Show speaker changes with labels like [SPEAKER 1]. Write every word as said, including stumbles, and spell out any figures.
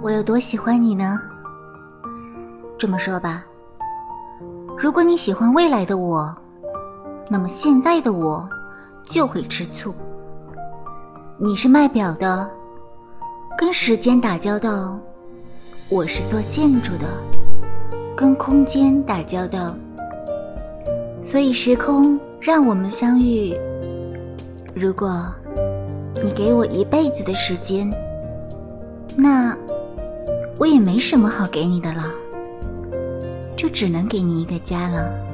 [SPEAKER 1] 我有多喜欢你呢？这么说吧，如果你喜欢未来的我，那么现在的我就会吃醋。你是卖表的，跟时间打交道；我是做建筑的，跟空间打交道。所以时空让我们相遇。如果你给我一辈子的时间，那我也没什么好给你的了，就只能给你一个家了。